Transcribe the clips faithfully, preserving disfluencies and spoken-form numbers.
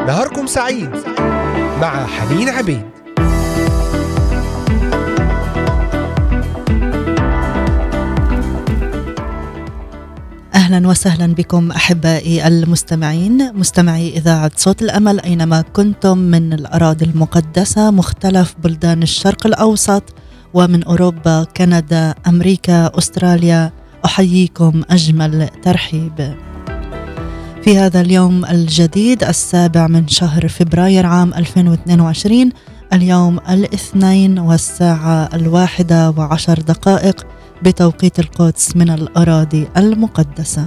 نهاركم سعيد مع حنين عبيد. أهلا وسهلا بكم أحبائي المستمعين، مستمعي إذاعة صوت الأمل أينما كنتم من الأراضي المقدسة، مختلف بلدان الشرق الأوسط ومن أوروبا، كندا، أمريكا، أستراليا. أحييكم أجمل ترحيب في هذا اليوم الجديد السابع من شهر فبراير عام ألفين واثنين وعشرين، اليوم الاثنين والساعة الواحدة وعشر دقائق بتوقيت القدس من الأراضي المقدسة.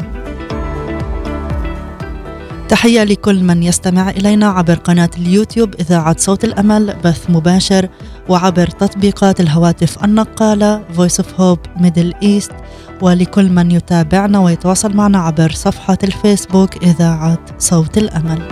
تحية لكل من يستمع إلينا عبر قناة اليوتيوب إذاعة صوت الأمل بث مباشر، وعبر تطبيقات الهواتف النقالة Voice of Hope Middle East، ولكل من يتابعنا ويتواصل معنا عبر صفحة الفيسبوك إذاعة صوت الأمل.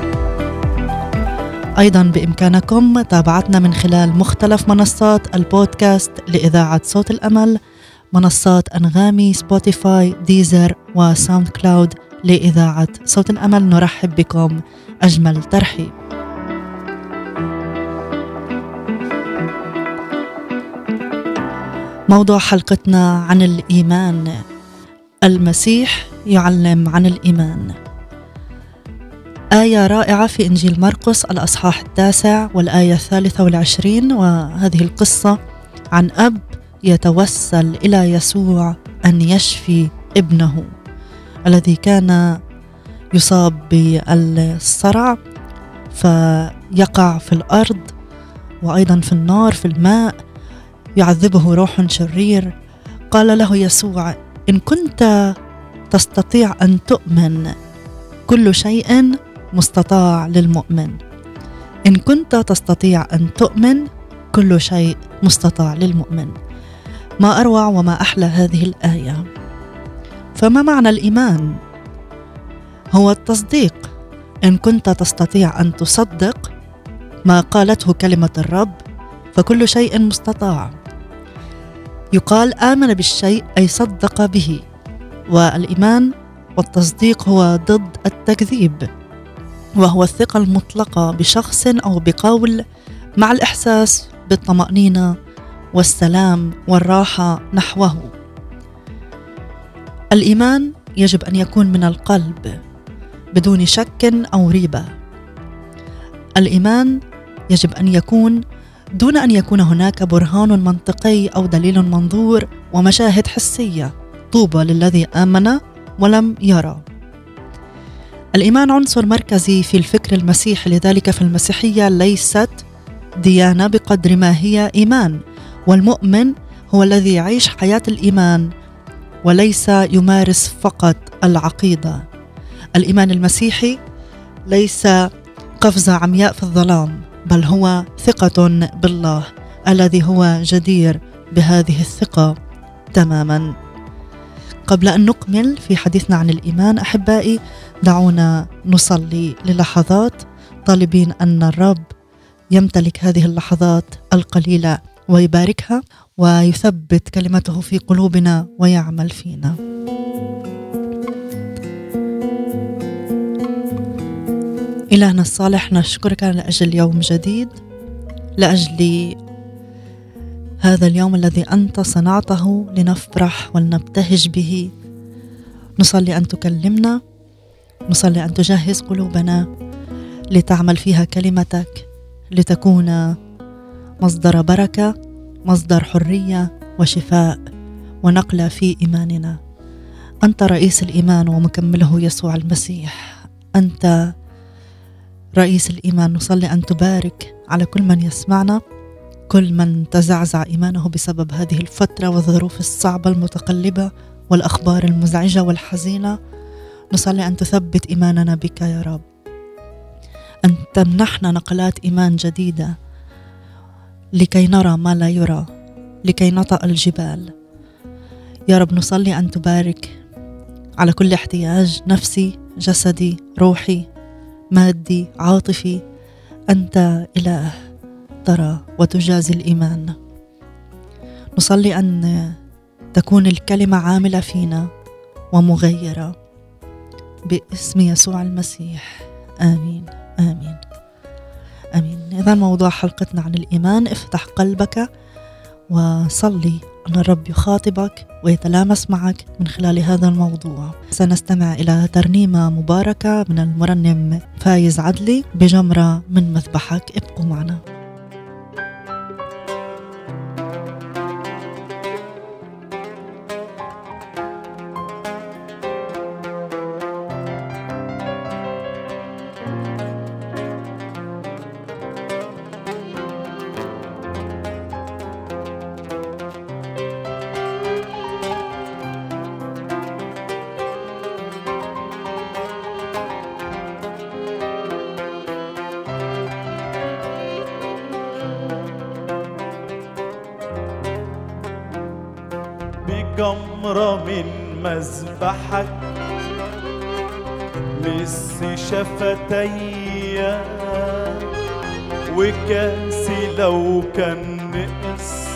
أيضا بإمكانكم متابعتنا من خلال مختلف منصات البودكاست لإذاعة صوت الأمل، منصات أنغامي، سبوتيفاي، ديزر وساوند كلاود لإذاعة صوت الأمل. نرحب بكم أجمل ترحيب. موضوع حلقتنا عن الإيمان. المسيح يعلم عن الإيمان. آية رائعة في إنجيل مرقس الأصحاح التاسع والآية الثالثة والعشرين، وهذه القصة عن أب يتوسل إلى يسوع أن يشفي ابنه الذي كان يصاب بالصرع فيقع في الأرض وأيضا في النار في الماء، يعذبه روح شرير. قال له يسوع: إن كنت تستطيع أن تؤمن، كل شيء مستطاع للمؤمن. إن كنت تستطيع أن تؤمن، كل شيء مستطاع للمؤمن. ما أروع وما أحلى هذه الآية. فما معنى الإيمان؟ هو التصديق. إن كنت تستطيع أن تصدق ما قالته كلمة الرب، فكل شيء مستطاع. يقال آمن بالشيء أي صدق به، والإيمان والتصديق هو ضد التكذيب، وهو الثقة المطلقة بشخص أو بقول مع الإحساس بالطمأنينة والسلام والراحة نحوه. الإيمان يجب أن يكون من القلب بدون شك أو ريبة. الإيمان يجب أن يكون دون أن يكون هناك برهان منطقي أو دليل منظور ومشاهد حسية. طوبى للذي آمن ولم يرى. الإيمان عنصر مركزي في الفكر المسيحي، لذلك في المسيحية ليست ديانة بقدر ما هي إيمان، والمؤمن هو الذي يعيش حياة الإيمان وليس يمارس فقط العقيدة. الإيمان المسيحي ليس قفزة عمياء في الظلام، بل هو ثقة بالله الذي هو جدير بهذه الثقة تماما. قبل أن نكمل في حديثنا عن الإيمان أحبائي، دعونا نصلي للحظات طالبين أن الرب يمتلك هذه اللحظات القليلة ويباركها ويثبت كلمته في قلوبنا ويعمل فينا. إلهنا الصالح، نشكرك لأجل يوم جديد، لأجل هذا اليوم الذي أنت صنعته لنفرح ولنبتهج به. نصلي أن تكلمنا، نصلي أن تجهز قلوبنا لتعمل فيها كلمتك، لتكون مصدر بركة، مصدر حرية وشفاء ونقلة في إيماننا. أنت رئيس الإيمان ومكمله يسوع المسيح. أنت رئيس الإيمان. نصلي أن تبارك على كل من يسمعنا، كل من تزعزع إيمانه بسبب هذه الفترة والظروف الصعبة المتقلبة والأخبار المزعجة والحزينة. نصلي أن تثبت إيماننا بك يا رب، أن تمنحنا نقلات إيمان جديدة لكي نرى ما لا يرى، لكي نطأ الجبال. يا رب نصلي أن تبارك على كل احتياج نفسي، جسدي، روحي، مادي، عاطفي. أنت إله ترى وتجازي الإيمان. نصلي أن تكون الكلمة عاملة فينا ومغيرة باسم يسوع المسيح. آمين. آمين آمين. إذا موضوع حلقتنا عن الإيمان. افتح قلبك وصلي أن الرب يخاطبك ويتلامس معك من خلال هذا الموضوع. سنستمع إلى ترنيمة مباركة من المرنم فايز عدلي بجمرة من مذبحك. ابقوا معنا. جمرة من مذبحك لس شفتي، وكاسي لو كان نقص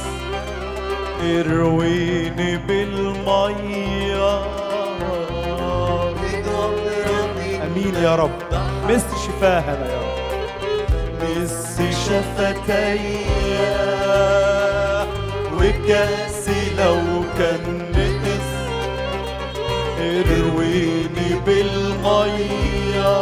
ارويني بالمية. امين يا رب. مس شفاها يا رب. مس شفتي وكاسي لو كان نقص ارويني بالمية.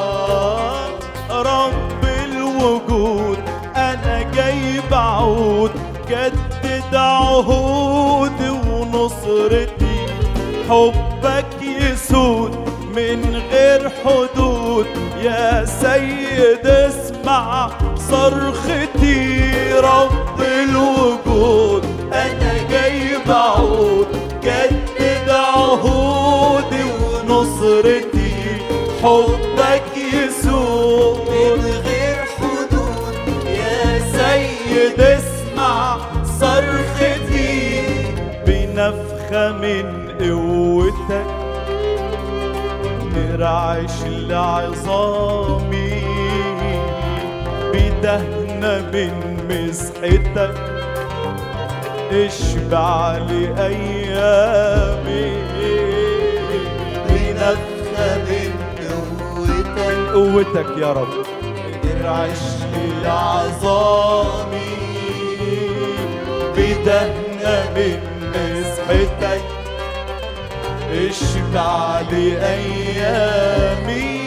رب الوجود انا جاي بعود، جدد عهودي ونصرتي، حبك يسود من غير حدود. يا سيد اسمع صرختي، رب الوجود انا جاي بعود، جدد عهودي ونصرتي، حبك يسود من غير حدود. يا سيد اسمع صرختي، بنفخة من قوتك ترعش لعظامي، بدهنة من مسحتك اشبع لي ايامي. بنفخة من قوتك من قوتك يا رب ترعش لي عظامي، بدهنة من مسحتك اشبع لي ايامي.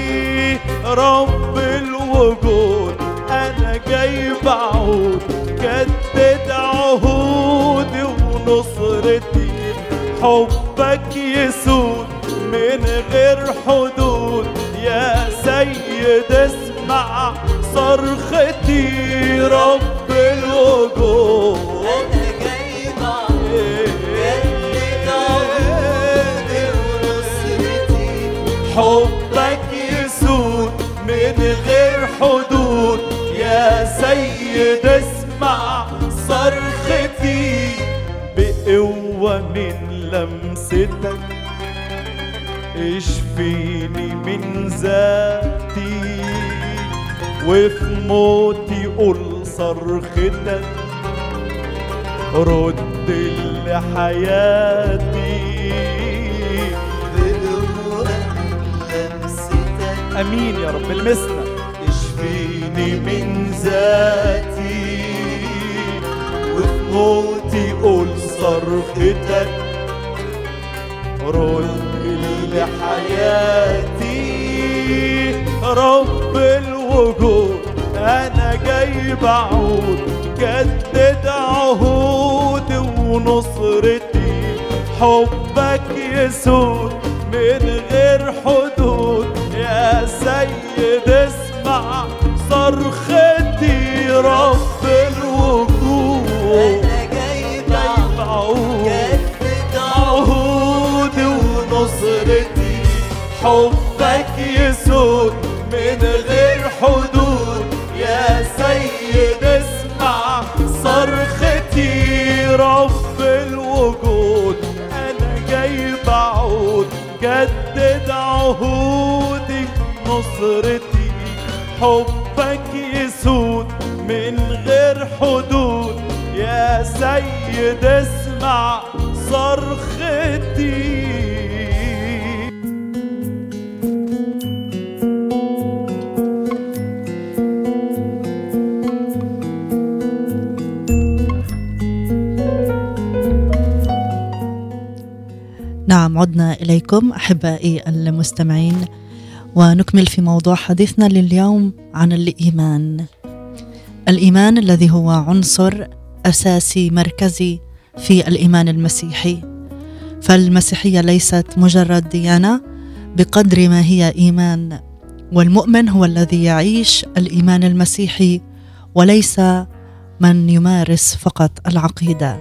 رب الوجود انا جاي بعود، جدد عهودي ونصرتي، حبك يسود من غير حدود. يا سيد اسمع صرختي، رب الوجود انا جاي بعود، جدد عهودي ونصرتي، حبك يسود من غير حدود. يا سيد اسمع صرختي، بقوة من لمستك اشفيني من ذاتي، وفي موتي قول صرختك رد لي حياتي. بقوة من لمستك امين يا رب. المسنا اشفيني من ذاتي، وفي موتي قول صرختك رد لي حياتي. رب الوجود انا جاي بعود، جدد عهودي ونصرتي، حبك يسود من غير حدود. يا سيد اسمع صرختي، رب الوجود انا جاي بعود، جدد عهودي ونصرتي، حبك يسود من غير حدود. يا سيد اسمع صرختي، رب الوجود انا جاي بعود، جدد عهودي نصرتي، حبك يسود من غير حدود. يا سيد اسمع صرختي. نعم عدنا إليكم أحبائي المستمعين، ونكمل في موضوع حديثنا لليوم عن الإيمان. الإيمان الذي هو عنصر أساسي مركزي في الإيمان المسيحي. فالمسيحية ليست مجرد ديانة بقدر ما هي إيمان، والمؤمن هو الذي يعيش الإيمان المسيحي وليس من يمارس فقط العقيدة.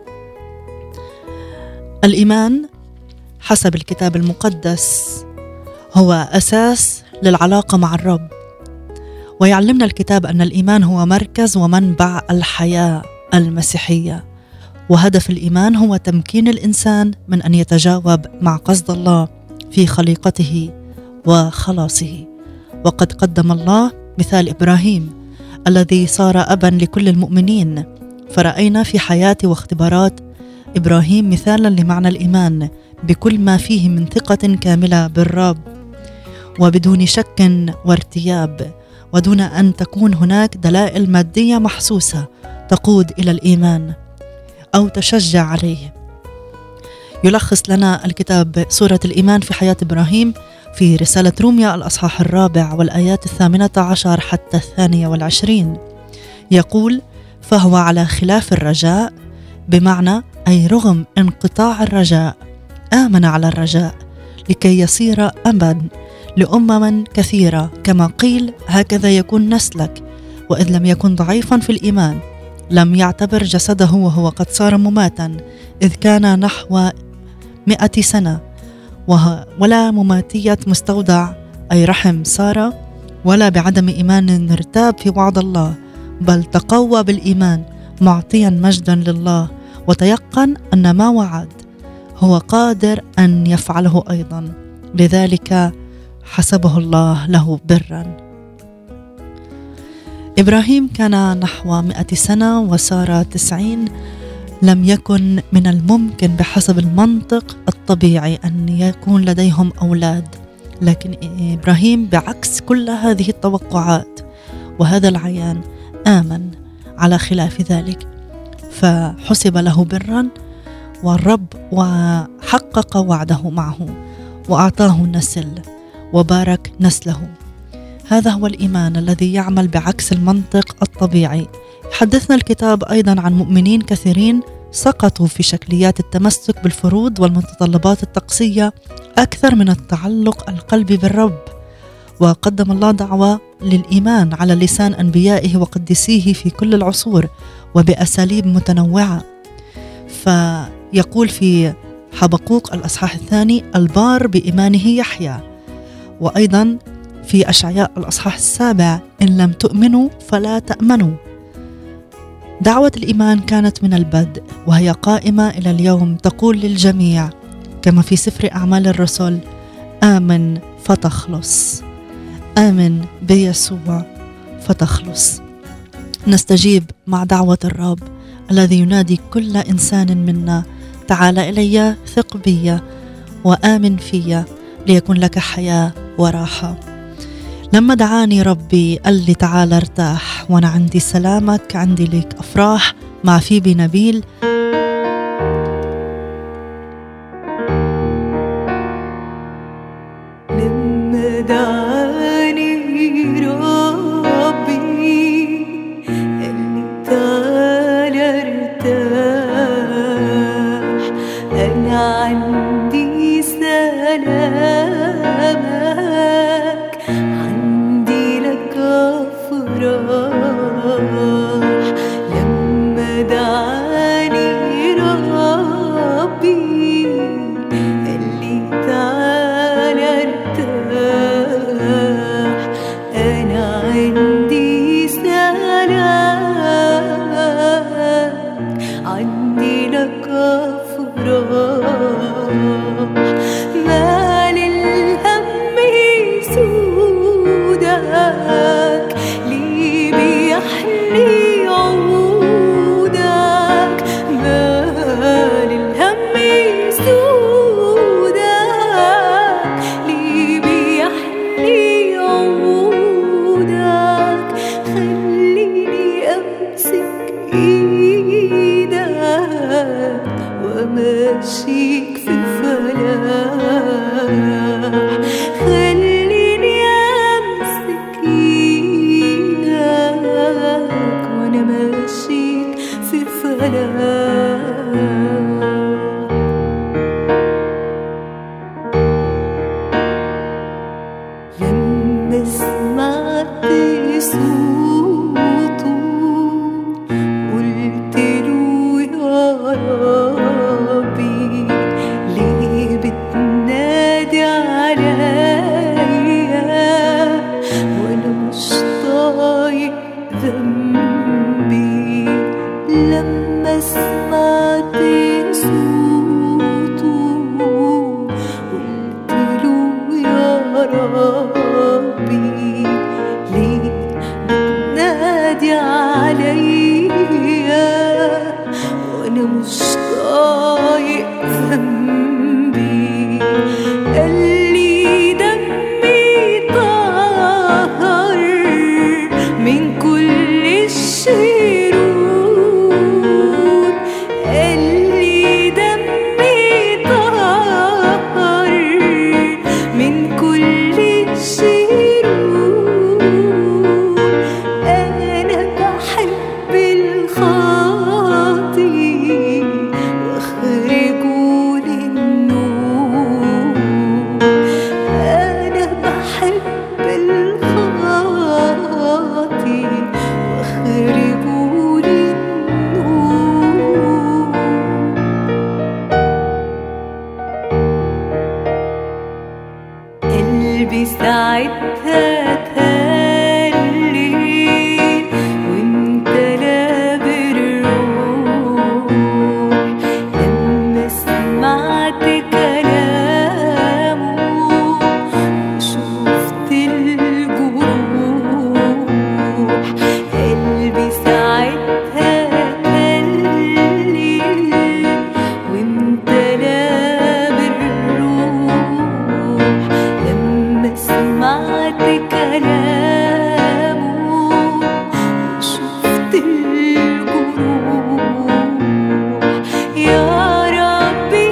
الإيمان حسب الكتاب المقدس هو أساس للعلاقة مع الرب، ويعلمنا الكتاب أن الإيمان هو مركز ومنبع الحياة المسيحية، وهدف الإيمان هو تمكين الإنسان من أن يتجاوب مع قصد الله في خليقته وخلاصه. وقد قدم الله مثال إبراهيم الذي صار أبا لكل المؤمنين، فرأينا في حياة واختبارات إبراهيم مثالا لمعنى الإيمان بكل ما فيه من ثقة كاملة بالرب وبدون شك وارتياب، ودون أن تكون هناك دلائل مادية محسوسة تقود إلى الإيمان أو تشجع عليه. يلخص لنا الكتاب صورة الإيمان في حياة إبراهيم في رسالة روميا الأصحاح الرابع والآيات الثامنة عشر حتى الثانية والعشرين. يقول: فهو على خلاف الرجاء، بمعنى أي رغم انقطاع الرجاء آمن على الرجاء لكي يصير أبا لأمم كثيرة، كما قيل: هكذا يكون نسلك. وإذ لم يكن ضعيفا في الإيمان لم يعتبر جسده وهو قد صار مماتا، إذ كان نحو مئة سنة، ولا مماتية مستودع أي رحم سارة، ولا بعدم إيمان ارتاب في وعد الله، بل تقوى بالإيمان معطيا مجدا لله، وتيقن أن ما وعد هو قادر أن يفعله أيضا، لذلك حسبه الله له برا. إبراهيم كان نحو مئة سنة وسارة تسعين. لم يكن من الممكن بحسب المنطق الطبيعي أن يكون لديهم أولاد، لكن إبراهيم بعكس كل هذه التوقعات وهذا العيان آمن على خلاف ذلك، فحسب له برا، والرب وحقق وعده معه وأعطاه نسل وبارك نسله. هذا هو الإيمان الذي يعمل بعكس المنطق الطبيعي. حدثنا الكتاب أيضا عن مؤمنين كثيرين سقطوا في شكليات التمسك بالفروض والمتطلبات الطقسية أكثر من التعلق القلبي بالرب، وقدم الله دعوة للإيمان على لسان أنبيائه وقديسيه في كل العصور وبأساليب متنوعة. فيقول في حبقوق الأصحاح الثاني: البار بإيمانه يحيا. وأيضا في أشعياء الأصحاح السابع: إن لم تؤمنوا فلا تأمنوا. دعوة الإيمان كانت من البدء وهي قائمة إلى اليوم، تقول للجميع كما في سفر أعمال الرسل: آمن فتخلص، آمن بيسوع فتخلص. نستجيب مع دعوة الرب الذي ينادي كل إنسان منا: تعال إلي، ثق بي وآمن في، ليكن لك حياة وراحة. لما دعاني ربي قال لي: تعال ارتاح وأنا عندي سلامك، عندي لك أفراح. مع فيبي نبيل. لما دعاني ربي قال لي: تعال ارتاح، أنا عندي سلامك، عندي لك أفراح. لما دعاني ربي قال لي: تعال ارتاح، أنا عندي سلامك، عندي لك أفراح. ما لما سمعت صوته قلت له يا ربي ليه بتنادي عليا وانا مش طايق ذنبي. لما سمعت صوته قلت له يا ربي ليه بتنادي عليا وانا مش طايق ذنبي. قال لي دمي طهر من كل الشرور. قال لي دمي طهر من كل الشرور. أنا بحب الخاطي واخرجه للنور. أنا بحب الخاطي واخرجه للنور. قلبي ساعتها تهلي وانت لا بالروح. لما سمعت كلامه شفت الجروح. قلبي ساعتها تهلي وانت لا بالروح. لما سمعت كلامه شفت الجروح. يا ربي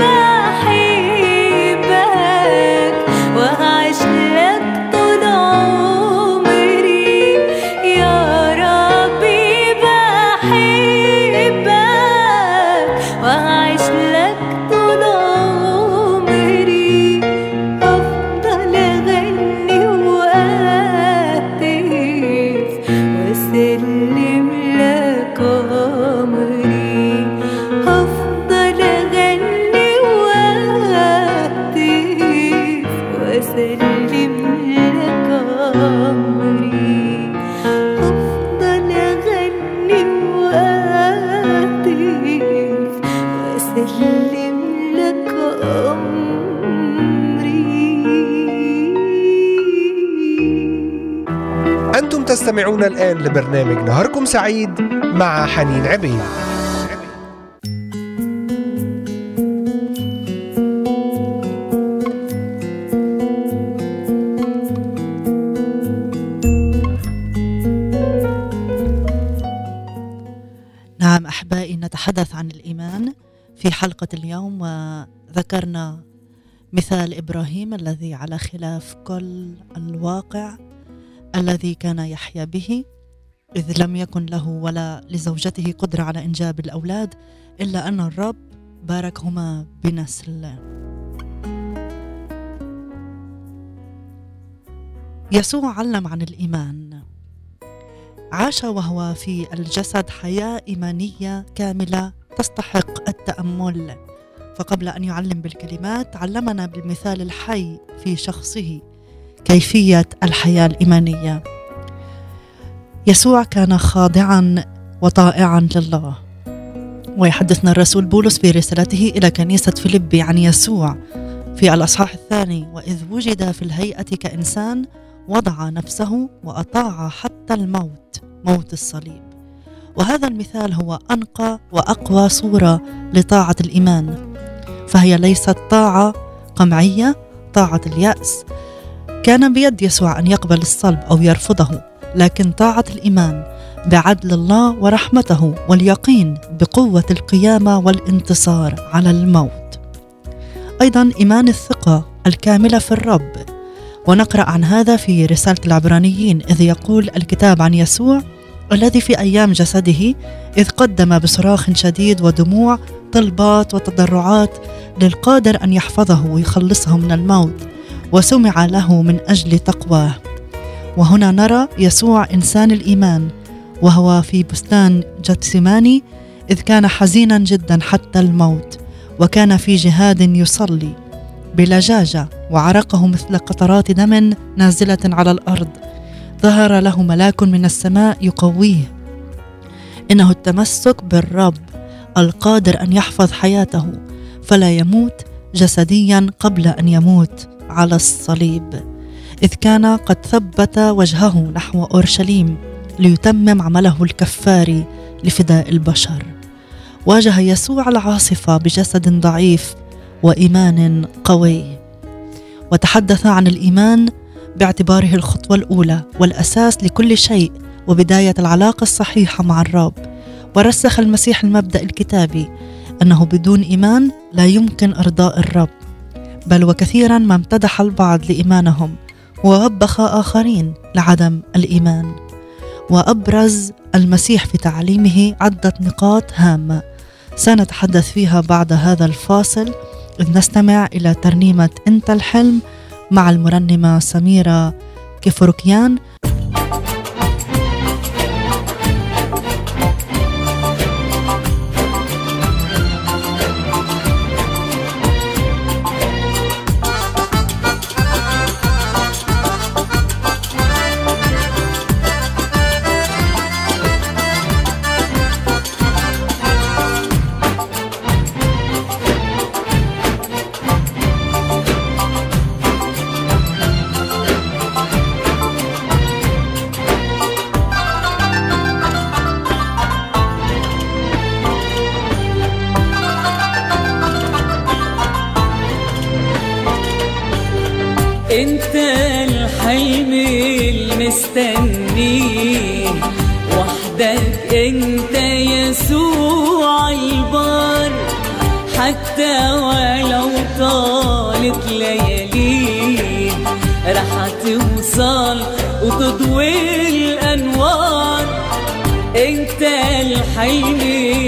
بحبك وهعيش لك طول عمري. يا ربي بحبك وهعيش لك طول عمري. أفضل أغني وأهتف وأسلم لك أمري. أفضل أغني وأهتف وأسلم لك أمري. أفضل أغني وأهتف وأسلم لك أمري. أنتم تستمعون الآن لبرنامج نهاركم سعيد مع حنين عبيد. نعم أحبائي، نتحدث عن الإيمان في حلقة اليوم، وذكرنا مثال إبراهيم الذي على خلاف كل الواقع الذي كان يحيا به، إذ لم يكن له ولا لزوجته قدرة على إنجاب الأولاد، إلا أن الرب باركهما بنسل. يسوع علم عن الإيمان، عاش وهو في الجسد حياة إيمانية كاملة تستحق التأمل. فقبل أن يعلم بالكلمات علمنا بالمثال الحي في شخصه كيفية الحياة الإيمانية. يسوع كان خاضعا وطائعا لله. ويحدثنا الرسول بولس في رسالته إلى كنيسة فيلبي عن يسوع في الأصحاح الثاني: وإذ وجد في الهيئة كإنسان وضع نفسه وأطاع حتى الموت، موت الصليب. وهذا المثال هو أنقى وأقوى صورة لطاعة الإيمان، فهي ليست طاعة قمعية، طاعة اليأس. كان بيد يسوع أن يقبل الصلب أو يرفضه، لكن طاعة الإيمان بعدل الله ورحمته واليقين بقوة القيامة والانتصار على الموت. أيضا إيمان الثقة الكاملة في الرب، ونقرأ عن هذا في رسالة العبرانيين، إذ يقول الكتاب عن يسوع الذي في أيام جسده إذ قدم بصراخ شديد ودموع طلبات وتضرعات للقادر أن يحفظه ويخلصه من الموت، وسمع له من أجل تقواه وهنا نرى يسوع إنسان الإيمان وهو في بستان جتسماني، إذ كان حزينا جدا حتى الموت، وكان في جهاد يصلي بلجاجة، وعرقه مثل قطرات دم نازلة على الأرض. ظهر له ملاك من السماء يقويه. إنه التمسك بالرب القادر أن يحفظ حياته فلا يموت جسديا قبل أن يموت على الصليب، إذ كان قد ثبت وجهه نحو أورشليم ليتمم عمله الكفاري لفداء البشر. واجه يسوع العاصفة بجسد ضعيف وإيمان قوي، وتحدث عن الإيمان باعتباره الخطوة الأولى والأساس لكل شيء وبداية العلاقة الصحيحة مع الرب. ورسخ المسيح المبدأ الكتابي أنه بدون إيمان لا يمكن إرضاء الرب، بل وكثيرا ما امتدح البعض لإيمانهم ووبخ آخرين لعدم الإيمان. وأبرز المسيح في تعليمه عدة نقاط هامة سنتحدث فيها بعد هذا الفاصل، إذ نستمع إلى ترنيمة أنت الحلم مع المرنمة سميرة كفركيان. انت الحلم المستني وحدك، انت يسوع البار، حتى ولو طالت ليالي رح توصل وتضوي الانوار. انت الحلم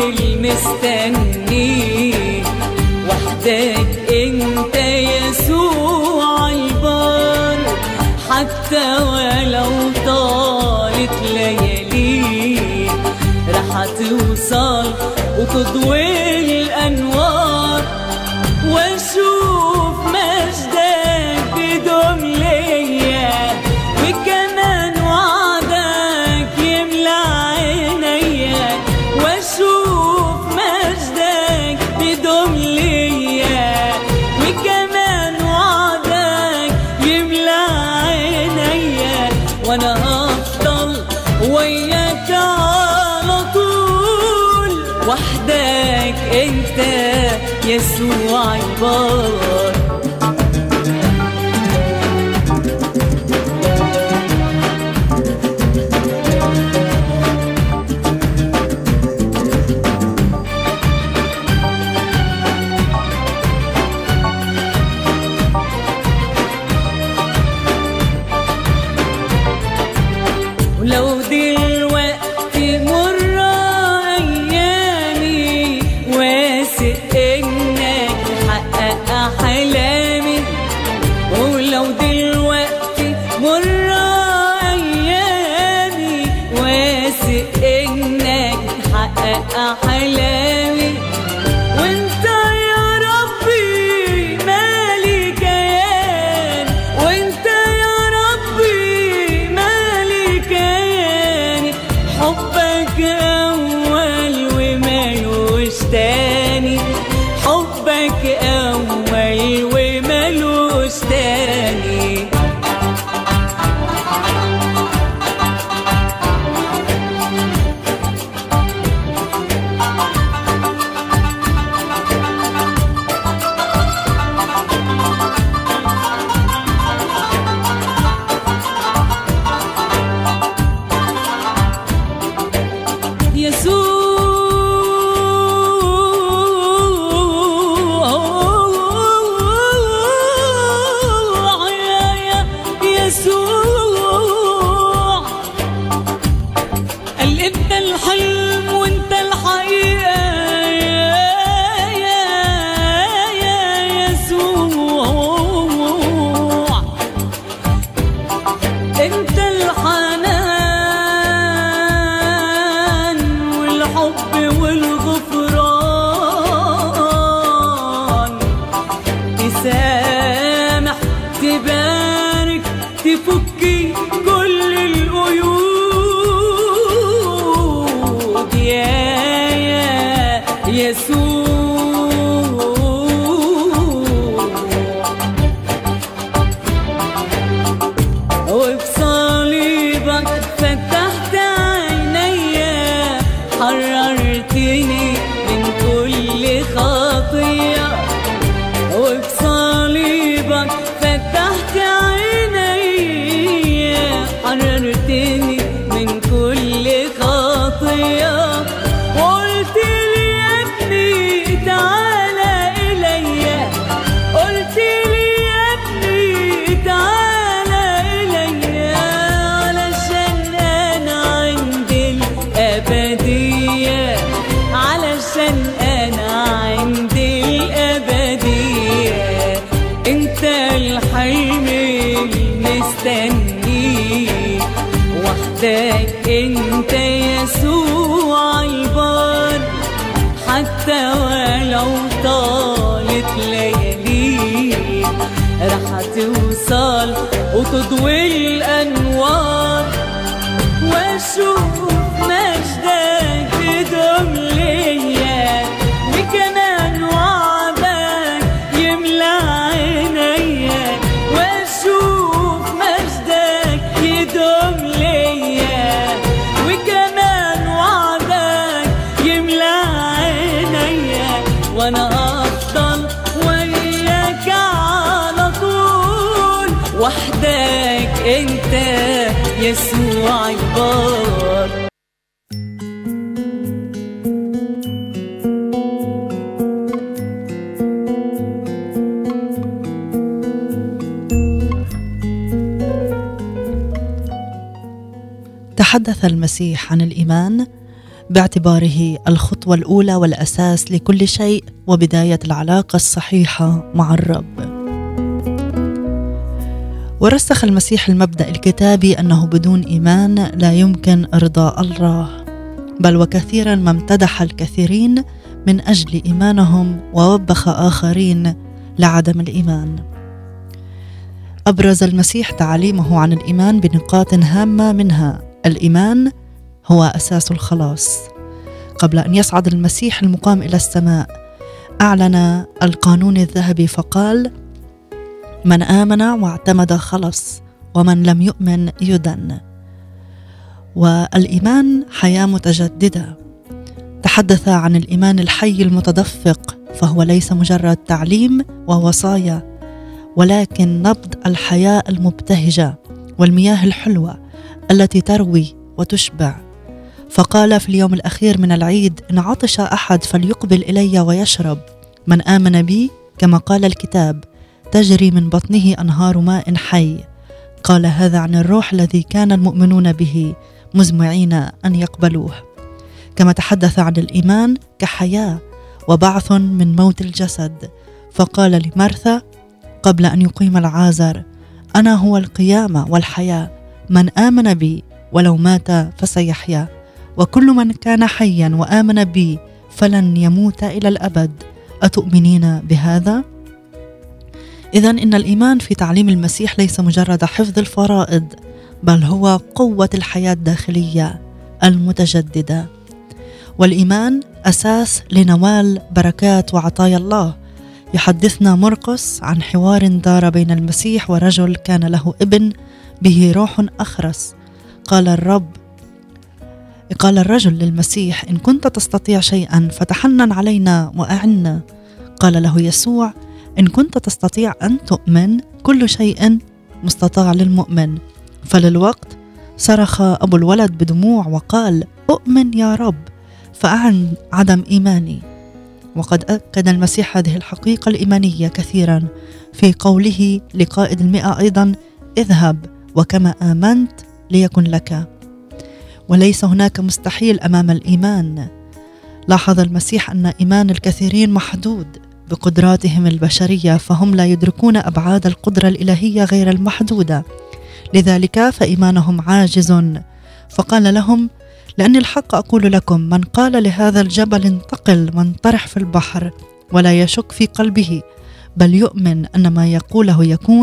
المستني وحدك، انت يسوع البار، حتى ولو طالت ليالي رح توصل وتضوي الأنوار. واشوف مجدك بدوم ليا، وكمان وعدك يملى عينيا. واشوف مجدك بدوم ليا، وكمان وعدك يملى عينيا. وانا هفضل وياك على طول، وحدك انت يسوع البار. ولو دلوقتي مرة أيامي، واثق إنك تحقق أحلامي. ولو دلوقتي مرة أيامي، واثق إنك تحقق أحلامي. وانت يا ربي مالي كيان، وانت يا ربي مالي كيان. حبك أول ومالوش تاني، حبك أول ومالوش تاني. تبارك تفكي كل القيود يا يا يسوع. وبصليبك فتحت عينيا حررتني من كل خطية. وبصليبك فتحت عينيا حررتني من كل خطية. وقلت لي يا ابني تعالى إليا، قلت لي يا ابني تعالى إليا، علشان أنا عندي الأبدية، علشان أنا عندي الأبدية. انت الحلم المستني وحدك، انت يسوع البار. حتى ولو طالت ليالي رح توصل وتضوي الأنوار، واشوف مجدك يدوم ليا، وكمان وعدك يملى عينيا. واشوف مجدك يدوم ليا، وكمان وعدك يملى عينيا. وانا افضل وياك على طول، وحدك انت يسوع البار. تحدث المسيح عن الإيمان باعتباره الخطوة الأولى والأساس لكل شيء وبداية العلاقة الصحيحة مع الرب. ورسخ المسيح المبدأ الكتابي أنه بدون إيمان لا يمكن إرضاء الله، بل وكثيرا ما امتدح الكثيرين من أجل إيمانهم ووبخ آخرين لعدم الإيمان. أبرز المسيح تعاليمه عن الإيمان بنقاط هامة، منها الإيمان هو أساس الخلاص. قبل أن يصعد المسيح المقام إلى السماء أعلن القانون الذهبي فقال: من آمن واعتمد خلص، ومن لم يؤمن يدن. والإيمان حياة متجددة. تحدث عن الإيمان الحي المتدفق، فهو ليس مجرد تعليم ووصايا، ولكن نبض الحياة المبتهجة والمياه الحلوة التي تروي وتشبع. فقال في اليوم الأخير من العيد: إن عطش أحد فليقبل إلي ويشرب، من آمن بي كما قال الكتاب تجري من بطنه أنهار ماء حي. قال هذا عن الروح الذي كان المؤمنون به مزمعين أن يقبلوه. كما تحدث عن الإيمان كحياة وبعث من موت الجسد، فقال لمرثا قبل أن يقيم العازر: أنا هو القيامة والحياة، من آمن بي ولو مات فسيحيا، وكل من كان حيا وآمن بي فلن يموت إلى الأبد. أتؤمنين بهذا؟ إذن إن الإيمان في تعليم المسيح ليس مجرد حفظ الفرائض، بل هو قوة الحياة الداخلية المتجددة. والإيمان أساس لنوال بركات وعطايا الله. يحدثنا مرقس عن حوار دار بين المسيح ورجل كان له ابن به روح أخرس. قال الرب قال الرجل للمسيح: إن كنت تستطيع شيئا فتحنن علينا وأعنا. قال له يسوع: إن كنت تستطيع أن تؤمن كل شيء مستطاع للمؤمن. فللوقت صرخ أبو الولد بدموع وقال: أؤمن يا رب، فأعن عدم إيماني. وقد أكد المسيح هذه الحقيقة الإيمانية كثيرا في قوله لقائد المئة أيضا: اذهب وكما آمنت ليكن لك. وليس هناك مستحيل أمام الإيمان. لاحظ المسيح أن إيمان الكثيرين محدود بقدراتهم البشرية، فهم لا يدركون أبعاد القدرة الإلهية غير المحدودة، لذلك فإيمانهم عاجز. فقال لهم: لأن الحق أقول لكم، من قال لهذا الجبل انتقل وانطرح في البحر ولا يشك في قلبه، بل يؤمن أن ما يقوله يكون،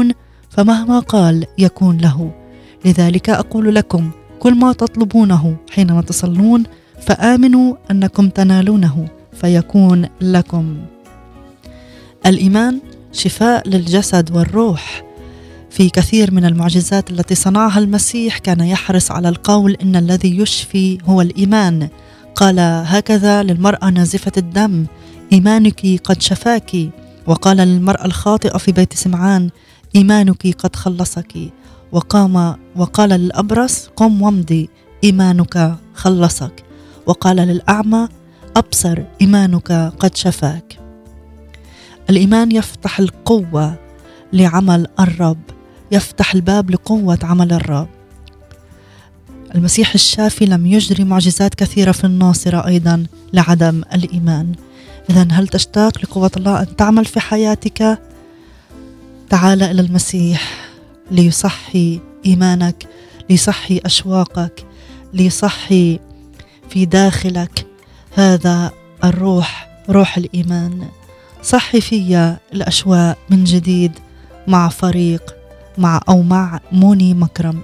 فمهما قال يكون له. لذلك أقول لكم كل ما تطلبونه حينما تصلون فآمنوا أنكم تنالونه فيكون لكم. الإيمان شفاء للجسد والروح. في كثير من المعجزات التي صنعها المسيح كان يحرص على القول إن الذي يشفي هو الإيمان. قال هكذا للمرأة نازفة الدم: إيمانك قد شفاك. وقال للمرأة الخاطئة في بيت سمعان: إيمانك قد خلصك. وقام وقال للأبرص: قم وامضي، إيمانك خلصك. وقال للأعمى: أبصر، إيمانك قد شفاك. الإيمان يفتح القوة لعمل الرب، يفتح الباب لقوة عمل الرب. المسيح الشافي لم يجري معجزات كثيرة في الناصرة أيضا لعدم الإيمان. إذن هل تشتاق لقوة الله أن تعمل في حياتك؟ تعال إلى المسيح ليصحي إيمانك، ليصحي أشواقك، ليصحي في داخلك هذا الروح، روح الإيمان. صحي في الأشواق من جديد مع فريق مع أو مع موني مكرم.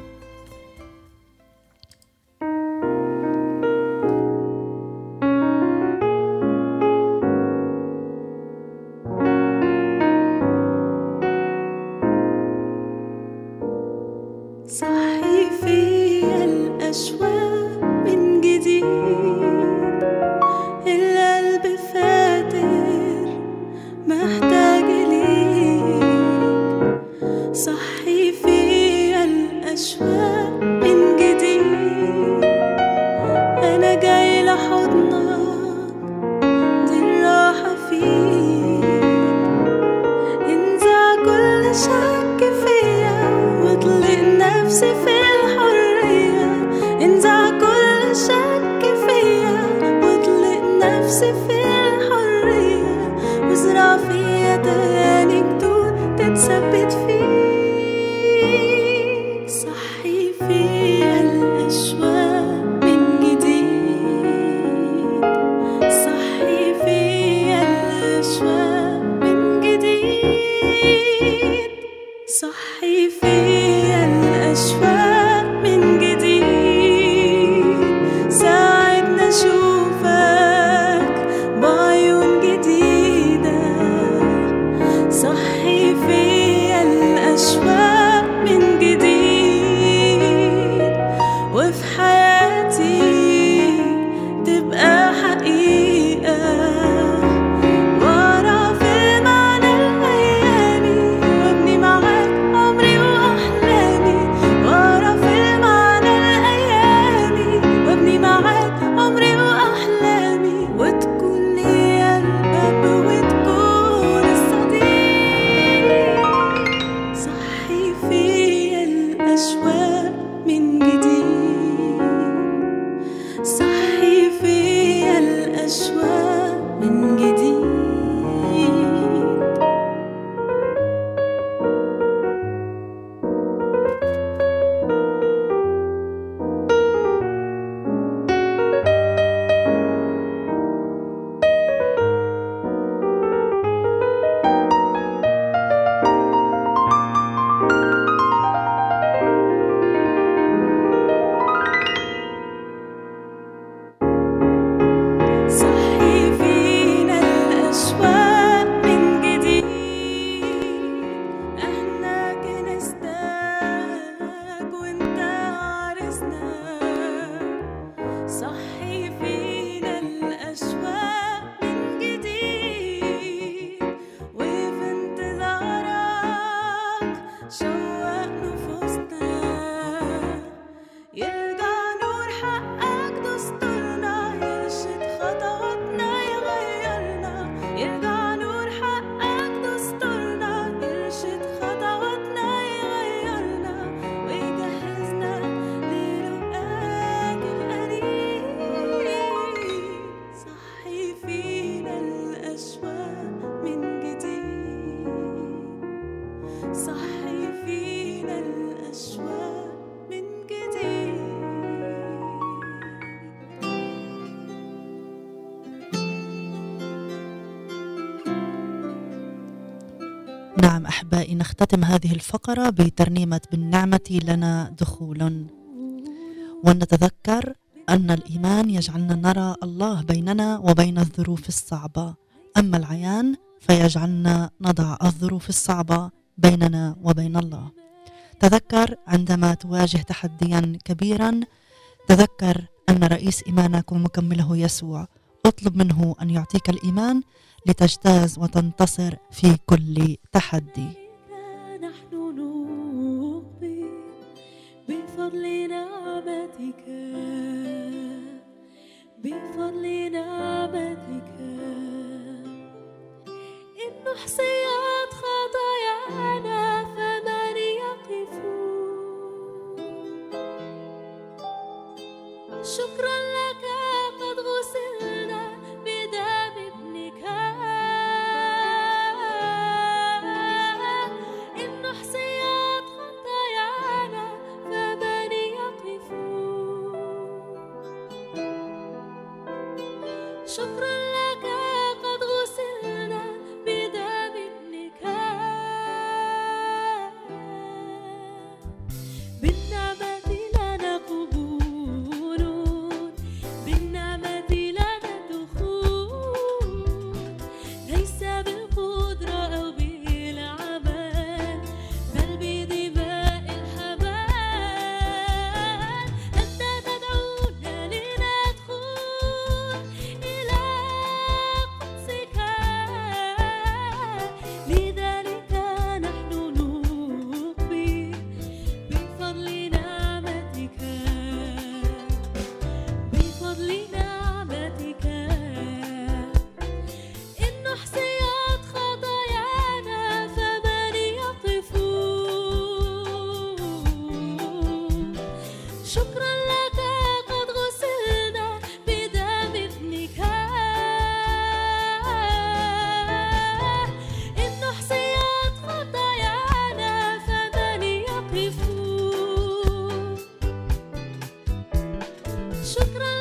صحي في الأشواق من جديد، القلب فاتر محتاج ليك. صحي في الأشواق من جديد، أنا جاي لحضنك، دي الراحة فيك. انزع كل شك فيا واطلق نفسي في الحرية. انزع كل شك فيا واطلق نفسي في الحرية. وازرع فيا تاني جدود تتثبت فيك. صحي فيا الأشواق من جديد، صحي فيا الأشواق من جديد، صحي فيا الأشواق من جديد. ساعدنا أشوفك بعيون جديدة. صحي فيا الأشواق من جديد، وفي حياتي تبقى حقيقة. وأعرف المعنى الأيامي وابني معاك عمري وأحلامي. وأعرف المعنى الأيامي وابني معاك عمري وأحلامي. وتكون لي الأب وتكون الصديق. صحي فيا الأشواق من جديد، صحي فيا الأشواق من جديد. نعم أحبائي، نختتم هذه الفقرة بترنيمة بالنعمة لنا دخول، ونتذكر أن الإيمان يجعلنا نرى الله بيننا وبين الظروف الصعبة، أما العيان فيجعلنا نضع الظروف الصعبة بيننا وبين الله. تذكر عندما تواجه تحديا كبيرا، تذكر أن رئيس إيمانك ومكمله يسوع، اطلب منه أن يعطيك الإيمان لتجتاز وتنتصر في كل تحدي. نحن نقبل بفضل نعمتك، بفضل نعمتك، إن نحصيت خطايانا فمن يقف. شكرا لك قد غسلنا بدم ابنك، إن نحصيت خطايانا فمن يقف. شكرا لك قد غسلنا بدم ابنك، بالنعمة لنا قبول، بالنعمة لنا دخول، ليس بالقدرة أو بالعمل بل بدماء الحمل. أنت تدعونا لندخل إلى قدسك، لذلك نحن نقبل بفضل نعمتك، بفضل نعمتك، إن نحصيت خطايانا فمن يقف. شكرا لك قد غسلنا بدم ابنك، إن نحصيت خطايانا فمن يقف. شكرا